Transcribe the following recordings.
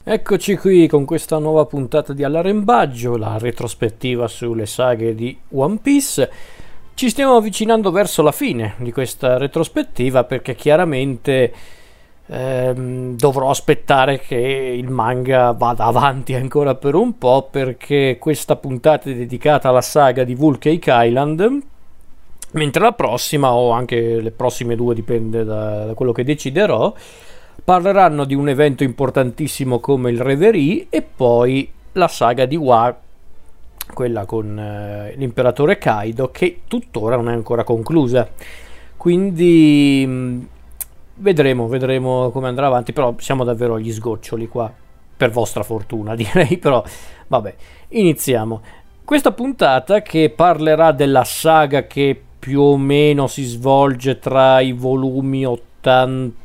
Eccoci qui con questa nuova puntata di All'Arembaggio, la retrospettiva sulle saghe di One Piece. Ci stiamo avvicinando verso la fine di questa retrospettiva perché chiaramente dovrò aspettare che il manga vada avanti ancora per un po', perché questa puntata è dedicata alla saga di Whole Cake Island, mentre la prossima, o anche le prossime due, dipende da quello che deciderò, parleranno di un evento importantissimo come il Reverie e poi la saga di Wa, quella con l'imperatore Kaido, che tuttora non è ancora conclusa. Quindi vedremo come andrà avanti, però siamo davvero agli sgoccioli qua, per vostra fortuna direi. Però vabbè, iniziamo questa puntata che parlerà della saga che più o meno si svolge tra i volumi 82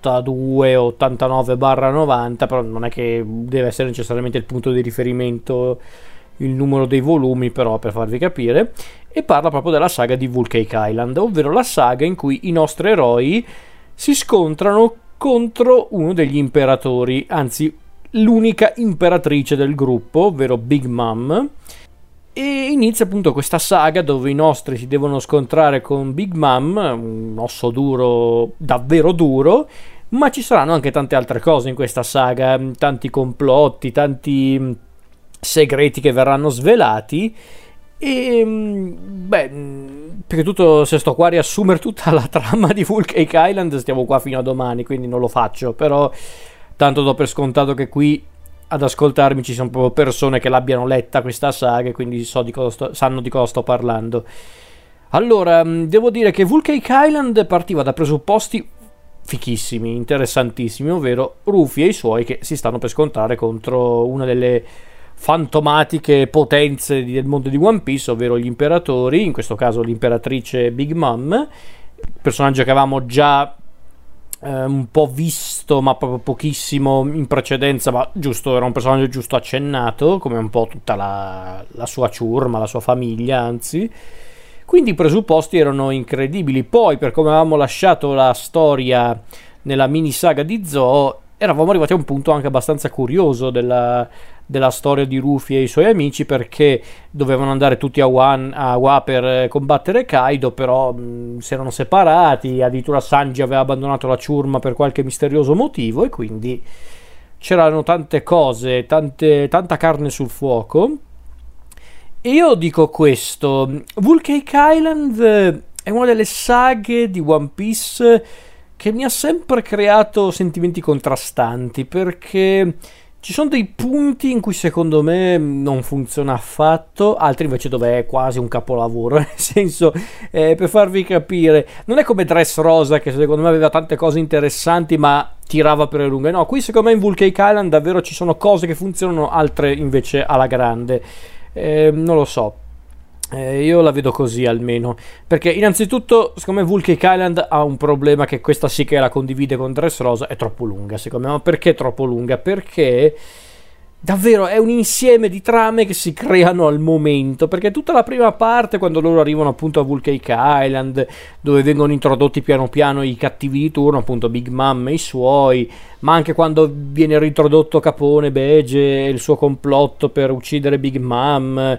89/90, però non è che deve essere necessariamente il punto di riferimento il numero dei volumi, però per farvi capire, e parla proprio della saga di Whole Cake Island, ovvero la saga in cui i nostri eroi si scontrano contro uno degli imperatori, anzi l'unica imperatrice del gruppo, ovvero Big Mom. E inizia appunto questa saga dove i nostri si devono scontrare con Big Mom, un osso duro, davvero duro, ma ci saranno anche tante altre cose in questa saga, tanti complotti, tanti segreti che verranno svelati. E perché tutto, se sto qua a riassumere tutta la trama di Whole Cake Island, stiamo qua fino a domani, quindi non lo faccio, però tanto do per scontato che qui ad ascoltarmi ci sono proprio persone che l'abbiano letta questa saga, quindi sanno di cosa sto parlando. Allora, devo dire che Whole Cake Island partiva da presupposti fichissimi, interessantissimi, ovvero Rufy e i suoi che si stanno per scontrare contro una delle fantomatiche potenze del mondo di One Piece, ovvero gli imperatori, in questo caso l'imperatrice Big Mom, personaggio che avevamo già un po' visto, ma proprio pochissimo in precedenza, ma giusto, era un personaggio giusto accennato, come un po' tutta la sua ciurma, la sua famiglia, anzi. Quindi i presupposti erano incredibili. Poi, per come avevamo lasciato la storia nella mini saga di Zou, eravamo arrivati a un punto anche abbastanza curioso della storia di Rufy e i suoi amici, perché dovevano andare tutti a Wa per combattere Kaido, però si erano separati, addirittura Sanji aveva abbandonato la ciurma per qualche misterioso motivo, e quindi c'erano tante cose, tanta carne sul fuoco. E io dico questo: Whole Cake Island è una delle saghe di One Piece che mi ha sempre creato sentimenti contrastanti, perché ci sono dei punti in cui secondo me non funziona affatto, altri invece dove è quasi un capolavoro, nel senso, per farvi capire, non è come Dressrosa che secondo me aveva tante cose interessanti ma tirava per le lunghe. No, qui secondo me in Whole Cake Island davvero ci sono cose che funzionano, altre invece alla grande. Non lo so, io la vedo così almeno, perché innanzitutto secondo me Whole Cake Island ha un problema, che questa sì che la condivide con Dressrosa: è troppo lunga secondo me. Ma perché è troppo lunga? Perché davvero è un insieme di trame che si creano al momento, perché tutta la prima parte, quando loro arrivano appunto a Whole Cake Island, dove vengono introdotti piano piano i cattivi di turno, appunto Big Mom e i suoi, ma anche quando viene reintrodotto Capone Beige e il suo complotto per uccidere Big Mom,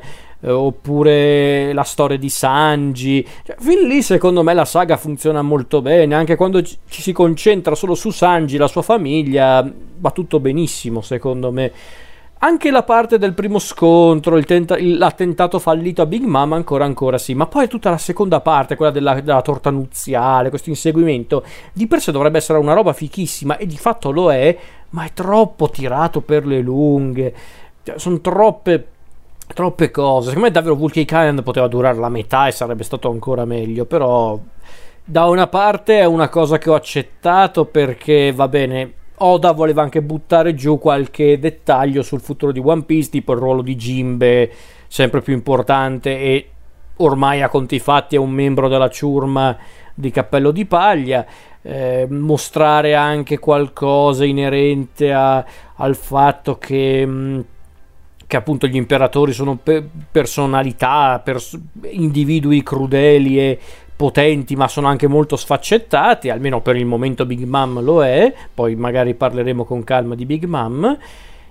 oppure la storia di Sanji, cioè, fin lì secondo me la saga funziona molto bene. Anche quando ci si concentra solo su Sanji, la sua famiglia, va tutto benissimo secondo me. Anche la parte del primo scontro, l'attentato fallito a Big Mom, ancora sì, ma poi tutta la seconda parte, quella della torta nuziale, questo inseguimento, di per sé dovrebbe essere una roba fichissima, e di fatto lo è, ma è troppo tirato per le lunghe, cioè, sono troppe cose. Secondo me davvero Whole Cake Island poteva durare la metà e sarebbe stato ancora meglio. Però da una parte è una cosa che ho accettato, perché va bene, Oda voleva anche buttare giù qualche dettaglio sul futuro di One Piece, tipo il ruolo di Jinbe sempre più importante, e ormai a conti fatti è un membro della ciurma di Cappello di Paglia. Mostrare anche qualcosa inerente al fatto che appunto gli imperatori sono personalità, individui crudeli e potenti, ma sono anche molto sfaccettati, almeno per il momento Big Mom lo è, poi magari parleremo con calma di Big Mom.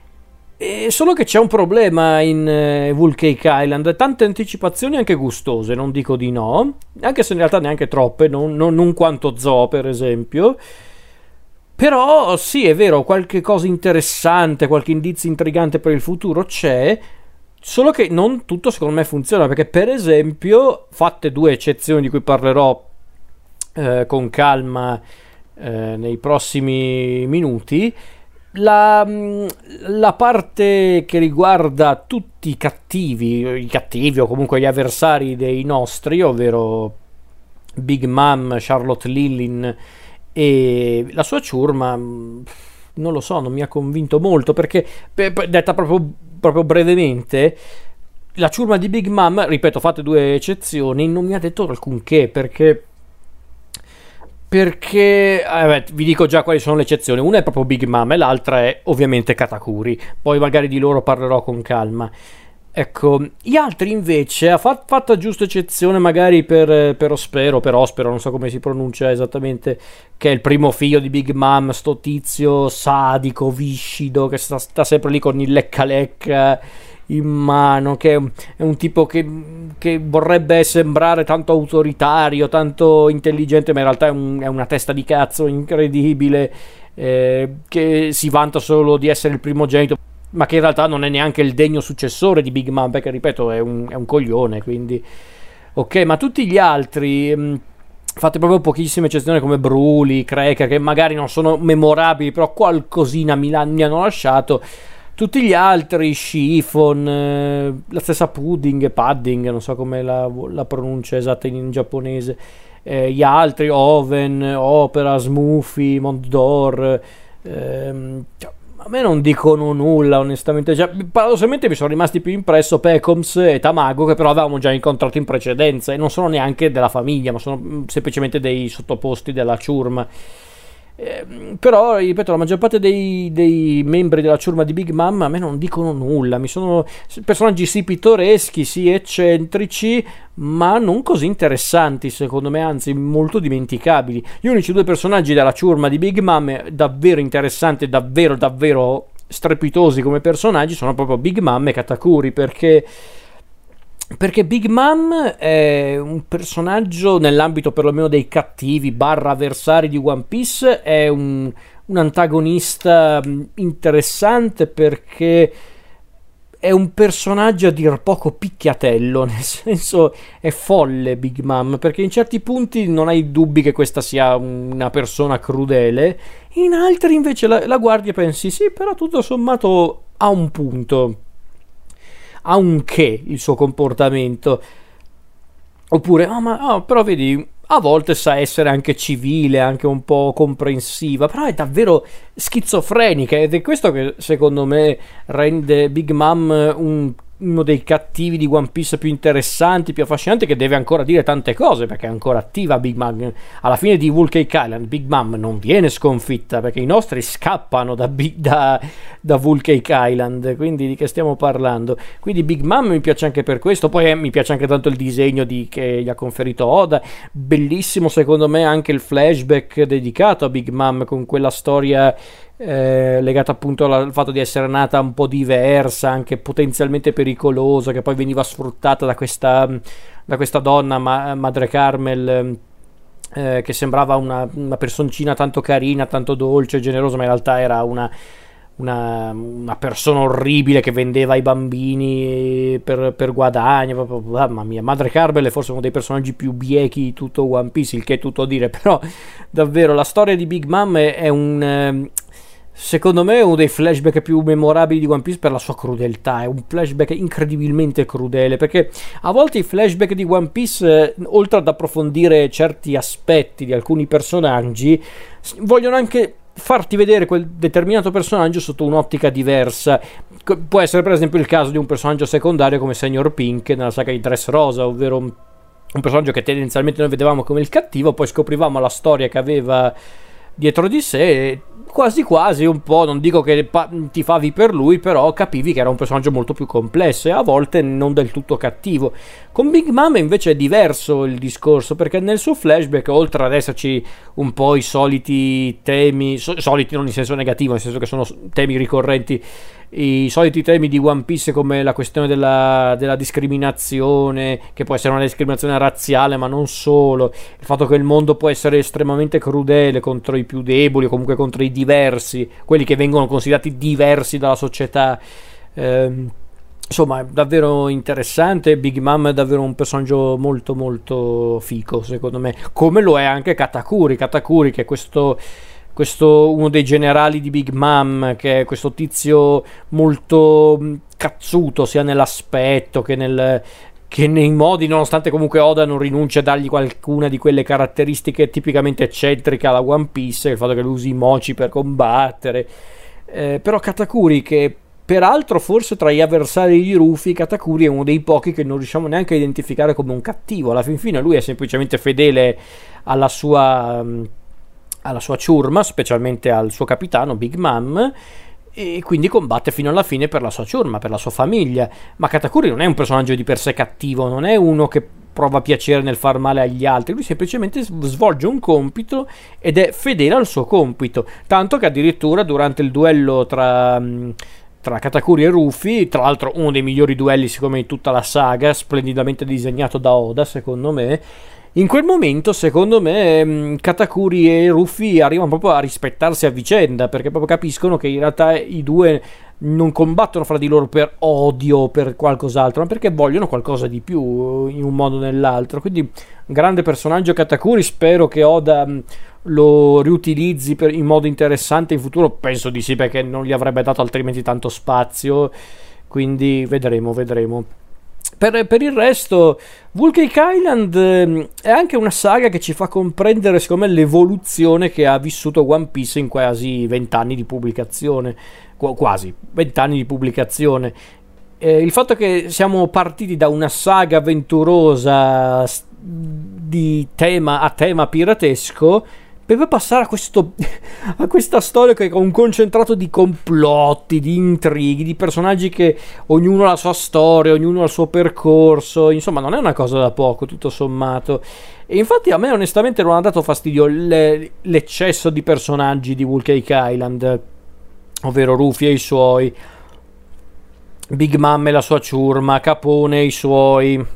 Solo che c'è un problema in Whole Cake Island, tante anticipazioni anche gustose, non dico di no, anche se in realtà neanche troppe, non quanto Zoo per esempio. Però sì, è vero, qualche cosa interessante, qualche indizio intrigante per il futuro c'è, solo che non tutto secondo me funziona, perché per esempio, fatte due eccezioni di cui parlerò con calma nei prossimi minuti, la parte che riguarda tutti i cattivi o comunque gli avversari dei nostri, ovvero Big Mom, Charlotte Lillin e la sua ciurma, non lo so, non mi ha convinto molto, perché detta proprio brevemente, la ciurma di Big Mom, ripeto, fatte due eccezioni, non mi ha detto alcunché, perché vi dico già quali sono le eccezioni. Una è proprio Big Mom e l'altra è ovviamente Katakuri, poi magari di loro parlerò con calma. Ecco, gli altri invece ha fatta giusta eccezione magari per Ospero, non so come si pronuncia esattamente, che è il primo figlio di Big Mom, sto tizio sadico, viscido, che sta sempre lì con il lecca in mano, che è un tipo che vorrebbe sembrare tanto autoritario, tanto intelligente, ma in realtà è una testa di cazzo incredibile, che si vanta solo di essere il primogenito, ma che in realtà non è neanche il degno successore di Big Mom, perché ripeto è un coglione, quindi ok. Ma tutti gli altri, fate proprio pochissime eccezioni, come Broly, Cracker, che magari non sono memorabili, però qualcosina mi hanno lasciato. Tutti gli altri, Chiffon, la stessa Pudding, non so come la pronuncia esatta in giapponese, gli altri, Oven, Opera, Smoothie, Mondor, a me non dicono nulla onestamente. Paradossalmente mi sono rimasti più impresso Pecoms e Tamago, che però avevamo già incontrato in precedenza e non sono neanche della famiglia, ma sono semplicemente dei sottoposti della ciurma. Però ripeto, la maggior parte dei membri della ciurma di Big Mom a me non dicono nulla. Mi sono personaggi sì pittoreschi, sì eccentrici, ma non così interessanti secondo me, anzi molto dimenticabili. Gli unici due personaggi della ciurma di Big Mom davvero interessanti, davvero davvero strepitosi come personaggi sono proprio Big Mom e Katakuri, perché Big Mom è un personaggio nell'ambito perlomeno dei cattivi barra avversari di One Piece, è un antagonista interessante, perché è un personaggio a dir poco picchiatello, nel senso è folle Big Mom, perché in certi punti non hai dubbi che questa sia una persona crudele, in altri invece la guardi e pensi sì, però tutto sommato ha un punto, ha un che il suo comportamento, oppure però vedi, a volte sa essere anche civile, anche un po' comprensiva, però è davvero schizofrenica, ed è questo che secondo me rende Big Mom uno dei cattivi di One Piece più interessanti, più affascinanti, che deve ancora dire tante cose, perché è ancora attiva Big Mom. Alla fine di Whole Cake Island Big Mom non viene sconfitta, perché i nostri scappano da Whole Cake Island, quindi di che stiamo parlando? Quindi Big Mom mi piace anche per questo. Poi mi piace anche tanto il disegno che gli ha conferito Oda, bellissimo secondo me anche il flashback dedicato a Big Mom, con quella storia legata appunto al fatto di essere nata un po' diversa, anche potenzialmente pericolosa, che poi veniva sfruttata da questa donna, Madre Carmel, che sembrava una personcina tanto carina, tanto dolce e generosa, ma in realtà era una persona orribile che vendeva i bambini per guadagno. Proprio, mamma mia, Madre Carmel è forse uno dei personaggi più biechi di tutto One Piece, il che è tutto a dire. Però davvero la storia di Big Mom è secondo me uno dei flashback più memorabili di One Piece, per la sua crudeltà. È un flashback incredibilmente crudele, perché a volte i flashback di One Piece, oltre ad approfondire certi aspetti di alcuni personaggi, vogliono anche farti vedere quel determinato personaggio sotto un'ottica diversa. Può essere per esempio il caso di un personaggio secondario come Senior Pink nella saga di Dressrosa, ovvero un personaggio che tendenzialmente noi vedevamo come il cattivo, poi scoprivamo la storia che aveva dietro di sé, quasi quasi un po', non dico che tifavi per lui, però capivi che era un personaggio molto più complesso e a volte non del tutto cattivo. Con Big Mom invece è diverso il discorso, perché nel suo flashback, oltre ad esserci un po' i soliti temi, soliti non in senso negativo, nel senso che sono temi ricorrenti, i soliti temi di One Piece, come la questione della discriminazione, che può essere una discriminazione razziale ma non solo, il fatto che il mondo può essere estremamente crudele contro i più deboli o comunque contro i diversi, quelli che vengono considerati diversi dalla società. Insomma, è davvero interessante. Big Mom è davvero un personaggio molto molto fico, secondo me, come lo è anche Katakuri, che è questo uno dei generali di Big Mom, che è questo tizio molto cazzuto sia nell'aspetto che nei modi, nonostante comunque Oda non rinuncia a dargli qualcuna di quelle caratteristiche tipicamente eccentriche alla One Piece, il fatto che lui usi i mochi per combattere. Però Katakuri, che peraltro forse tra gli avversari di Rufy, Katakuri è uno dei pochi che non riusciamo neanche a identificare come un cattivo. Alla fin fine lui è semplicemente fedele alla sua ciurma, specialmente al suo capitano Big Mom, e quindi combatte fino alla fine per la sua ciurma, per la sua famiglia. Ma Katakuri non è un personaggio di per sé cattivo, non è uno che prova piacere nel far male agli altri, lui semplicemente svolge un compito ed è fedele al suo compito, tanto che addirittura durante il duello tra Katakuri e Rufy, tra l'altro uno dei migliori duelli secondo me di tutta la saga, splendidamente disegnato da Oda secondo me, in quel momento secondo me Katakuri e Rufy arrivano proprio a rispettarsi a vicenda, perché proprio capiscono che in realtà i due non combattono fra di loro per odio o per qualcos'altro, ma perché vogliono qualcosa di più in un modo o nell'altro. Quindi grande personaggio Katakuri, spero che Oda lo riutilizzi in modo interessante in futuro, penso di sì, perché non gli avrebbe dato altrimenti tanto spazio, quindi vedremo. Per il resto, Whole Cake Island è anche una saga che ci fa comprendere, secondo me, l'evoluzione che ha vissuto One Piece in quasi 20 anni di pubblicazione. Quasi 20 anni di pubblicazione. Il fatto che siamo partiti da una saga avventurosa a tema piratesco, per poi passare a questa storia che ha un concentrato di complotti, di intrighi, di personaggi che ognuno ha la sua storia, ognuno ha il suo percorso, insomma non è una cosa da poco tutto sommato. E infatti a me onestamente non ha dato fastidio l'eccesso di personaggi di Whole Cake Island, ovvero Rufy e i suoi, Big Mom e la sua ciurma, Capone e i suoi,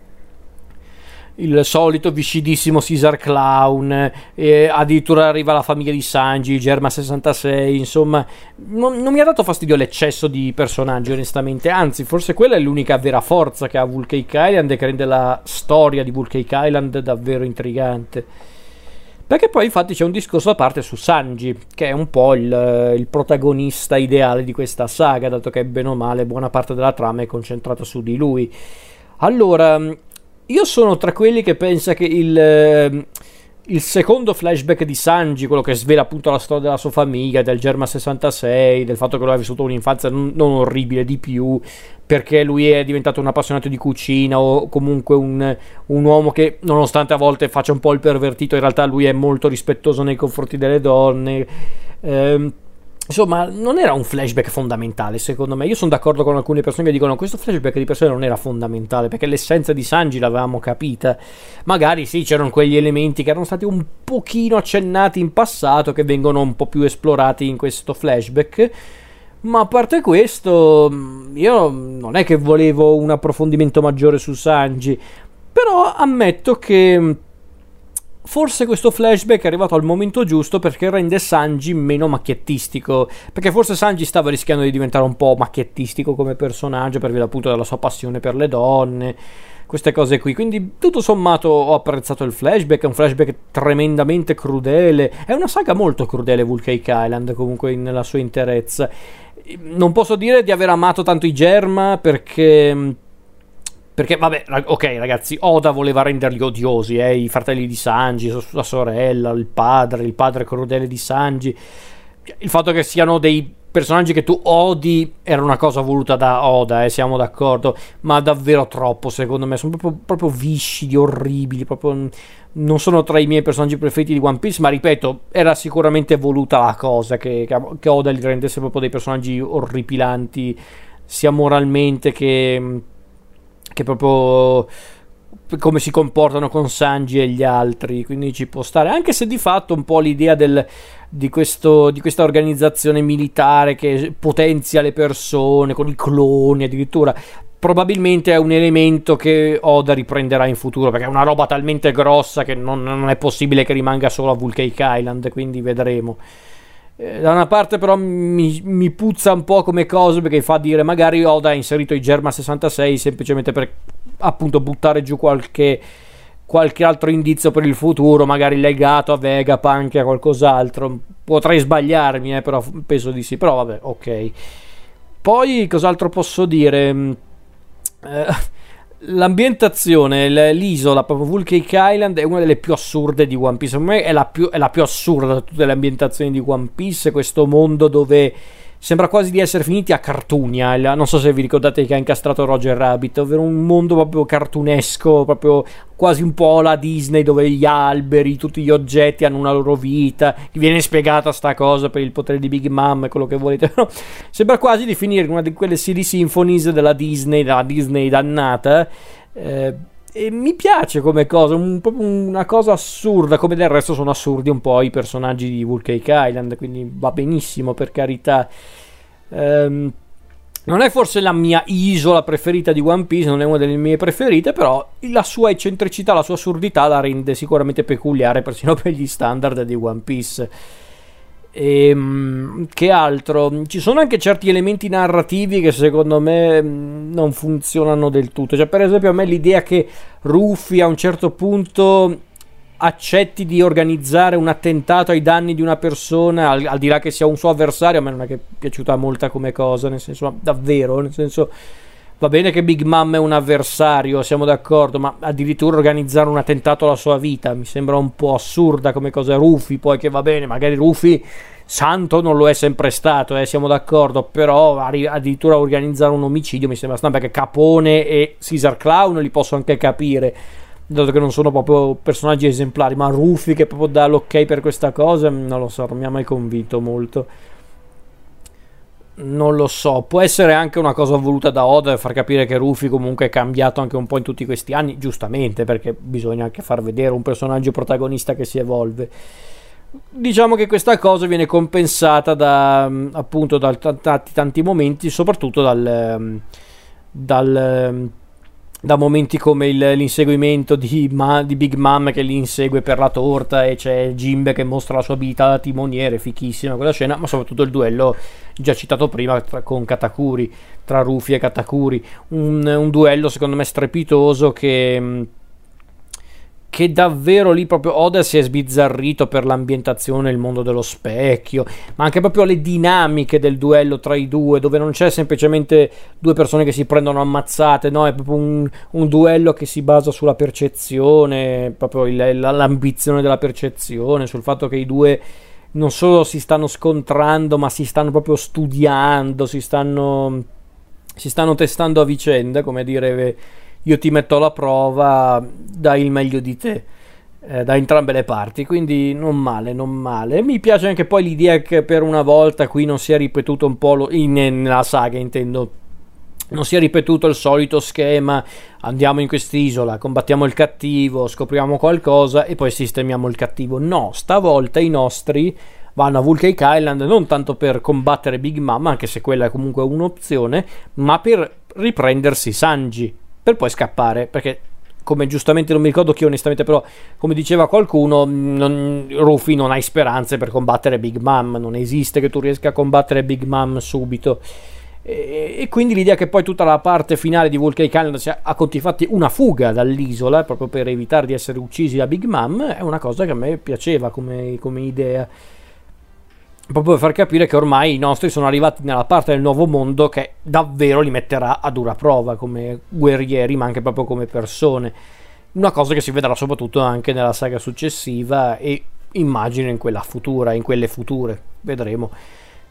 il solito viscidissimo Caesar Clown, addirittura arriva la famiglia di Sanji, Germa 66, insomma non mi ha dato fastidio l'eccesso di personaggi onestamente, anzi forse quella è l'unica vera forza che ha Whole Cake Island e che rende la storia di Whole Cake Island davvero intrigante, perché poi infatti c'è un discorso a parte su Sanji, che è un po' il protagonista ideale di questa saga, dato che bene o male buona parte della trama è concentrata su di lui. Allora, io sono tra quelli che pensa che il secondo flashback di Sanji, quello che svela appunto la storia della sua famiglia, del Germa 66, del fatto che lui ha vissuto un'infanzia non orribile di più, perché lui è diventato un appassionato di cucina o comunque un uomo che, nonostante a volte faccia un po' il pervertito, in realtà lui è molto rispettoso nei confronti delle donne. Insomma, non era un flashback fondamentale secondo me. Io sono d'accordo con alcune persone che dicono che questo flashback di per sé non era fondamentale, perché l'essenza di Sanji l'avevamo capita. Magari sì, c'erano quegli elementi che erano stati un pochino accennati in passato, che vengono un po' più esplorati in questo flashback. Ma a parte questo, io non è che volevo un approfondimento maggiore su Sanji, però ammetto che forse questo flashback è arrivato al momento giusto, perché rende Sanji meno macchiettistico, perché forse Sanji stava rischiando di diventare un po' macchiettistico come personaggio per via appunto della sua passione per le donne, queste cose qui. Quindi tutto sommato ho apprezzato il flashback, è un flashback tremendamente crudele, è una saga molto crudele Whole Cake Island comunque nella sua interezza. Non posso dire di aver amato tanto i Germa, perché vabbè, ok ragazzi, Oda voleva renderli odiosi, i fratelli di Sanji, sua sorella, il padre crudele di Sanji, il fatto che siano dei personaggi che tu odi era una cosa voluta da Oda, siamo d'accordo, ma davvero troppo secondo me, sono proprio viscidi, orribili, proprio non sono tra i miei personaggi preferiti di One Piece, ma ripeto, era sicuramente voluta la cosa che Oda li rendesse proprio dei personaggi orripilanti, sia moralmente che proprio come si comportano con Sanji e gli altri, quindi ci può stare, anche se di fatto un po' l'idea di questa organizzazione militare che potenzia le persone con i cloni addirittura, probabilmente è un elemento che Oda riprenderà in futuro, perché è una roba talmente grossa che non è possibile che rimanga solo a Vulcanic Island, quindi vedremo. Da una parte però mi puzza un po' come cosa, perché fa dire magari Oda ha inserito i Germa 66 semplicemente per appunto buttare giù qualche altro indizio per il futuro, magari legato a Vegapunk e a qualcos'altro. Potrei sbagliarmi, però penso di sì, però vabbè, ok. Poi cos'altro posso dire? L'ambientazione, l'isola, proprio Vulcanic Island, è una delle più assurde di One Piece. Per me è la più assurda da tutte le ambientazioni di One Piece. Questo mondo dove sembra quasi di essere finiti a Cartunia. Non so se vi ricordate che ha incastrato Roger Rabbit, ovvero un mondo proprio cartunesco, proprio quasi un po' la Disney, dove gli alberi, tutti gli oggetti hanno una loro vita. Viene spiegata sta cosa per il potere di Big Mom e quello che volete. No? Sembra quasi di finire in una di quelle Silly Symphonies della Disney dannata. E mi piace come cosa, proprio una cosa assurda, come del resto sono assurdi un po' i personaggi di Vulcanic Island, quindi va benissimo, per carità. Non è forse la mia isola preferita di One Piece, non è una delle mie preferite, però la sua eccentricità, la sua assurdità la rende sicuramente peculiare persino per gli standard di One Piece. Che altro? Ci sono anche certi elementi narrativi che secondo me non funzionano del tutto. Cioè, per esempio, a me l'idea che Ruffy a un certo punto accetti di organizzare un attentato ai danni di una persona, al di là che sia un suo avversario, a me non è che è piaciuta molta come cosa, nel senso, davvero, nel senso, va bene che Big Mom è un avversario, siamo d'accordo, ma addirittura organizzare un attentato alla sua vita mi sembra un po' assurda come cosa. Ruffy, poi, che va bene, magari Ruffy santo non lo è sempre stato, siamo d'accordo, però addirittura organizzare un omicidio mi sembra strano, perché Capone e Caesar Clown li posso anche capire, dato che non sono proprio personaggi esemplari, ma Ruffy che proprio dà l'ok per questa cosa, non lo so, non mi ha mai convinto molto. Non lo so, può essere anche una cosa voluta da Oda per far capire che Ruffy comunque è cambiato anche un po' in tutti questi anni, giustamente, perché bisogna anche far vedere un personaggio protagonista che si evolve. Diciamo che questa cosa viene compensata appunto da tanti momenti, soprattutto da momenti come l'inseguimento di Big Mom che li insegue per la torta, e c'è Jinbe che mostra la sua abilità da timoniere, fichissima quella scena, ma soprattutto il duello già citato prima con Katakuri, tra Ruffy e Katakuri, un duello secondo me strepitoso che davvero lì proprio Oda si è sbizzarrito per l'ambientazione, il mondo dello specchio, ma anche proprio le dinamiche del duello tra i due, dove non c'è semplicemente due persone che si prendono ammazzate, no, è proprio un duello che si basa sulla percezione, proprio l'ambizione della percezione, sul fatto che i due non solo si stanno scontrando, ma si stanno proprio studiando, si stanno testando a vicenda, come dire, io ti metto alla prova, dai il meglio di te, da entrambe le parti, quindi non male. Mi piace anche poi l'idea che per una volta qui non sia ripetuto un po' nella saga, intendo, non sia ripetuto il solito schema: andiamo in quest'isola, combattiamo il cattivo, scopriamo qualcosa e poi sistemiamo il cattivo. No, stavolta i nostri vanno a Vulcanic Island non tanto per combattere Big Mom, anche se quella è comunque un'opzione, ma per riprendersi Sanji, per poi scappare, perché, come giustamente, non mi ricordo chi onestamente, però come diceva qualcuno, Ruffy non hai speranze per combattere Big Mom, non esiste che tu riesca a combattere Big Mom subito, e quindi l'idea che poi tutta la parte finale di Vulcanic Island sia a conti fatti una fuga dall'isola proprio per evitare di essere uccisi da Big Mom è una cosa che a me piaceva come idea, proprio per far capire che ormai i nostri sono arrivati nella parte del nuovo mondo che davvero li metterà a dura prova come guerrieri, ma anche proprio come persone. Una cosa che si vedrà soprattutto anche nella saga successiva e immagino in quella futura, in quelle future, vedremo.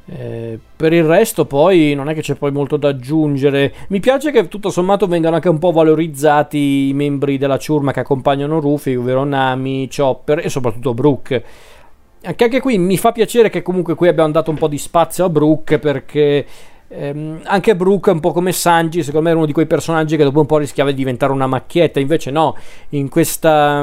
Per il resto poi non è che c'è poi molto da aggiungere. Mi piace che tutto sommato vengano anche un po' valorizzati i membri della ciurma che accompagnano Rufy, ovvero Nami, Chopper e soprattutto Brook. Anche qui mi fa piacere che comunque qui abbiamo dato un po' di spazio a Brook, perché anche Brook è un po' come Sanji, secondo me era uno di quei personaggi che dopo un po' rischiava di diventare una macchietta, invece no, in questa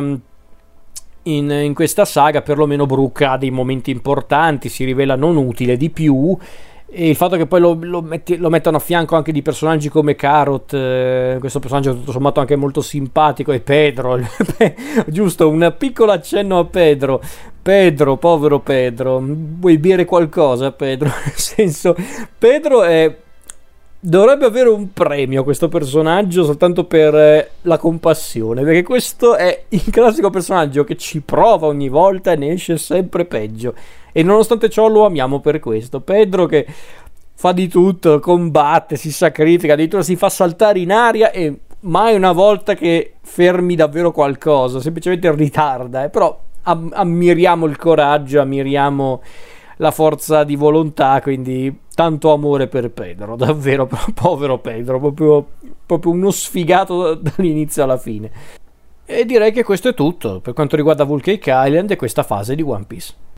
saga perlomeno Brook ha dei momenti importanti, si rivela non utile di più, e il fatto che poi lo mettano a fianco anche di personaggi come Carrot, questo personaggio tutto sommato anche molto simpatico, e Pedro giusto, un piccolo accenno a Pedro, povero Pedro, vuoi bere qualcosa Pedro? Nel senso, Pedro dovrebbe avere un premio questo personaggio soltanto per la compassione, perché questo è il classico personaggio che ci prova ogni volta e ne esce sempre peggio, e nonostante ciò lo amiamo per questo. Pedro che fa di tutto, combatte, si sacrifica, addirittura si fa saltare in aria e mai una volta che fermi davvero qualcosa, semplicemente ritarda, però ammiriamo il coraggio, ammiriamo la forza di volontà, quindi tanto amore per Pedro, davvero, povero Pedro, proprio uno sfigato dall'inizio alla fine. E direi che questo è tutto per quanto riguarda Whole Cake Island e questa fase di One Piece.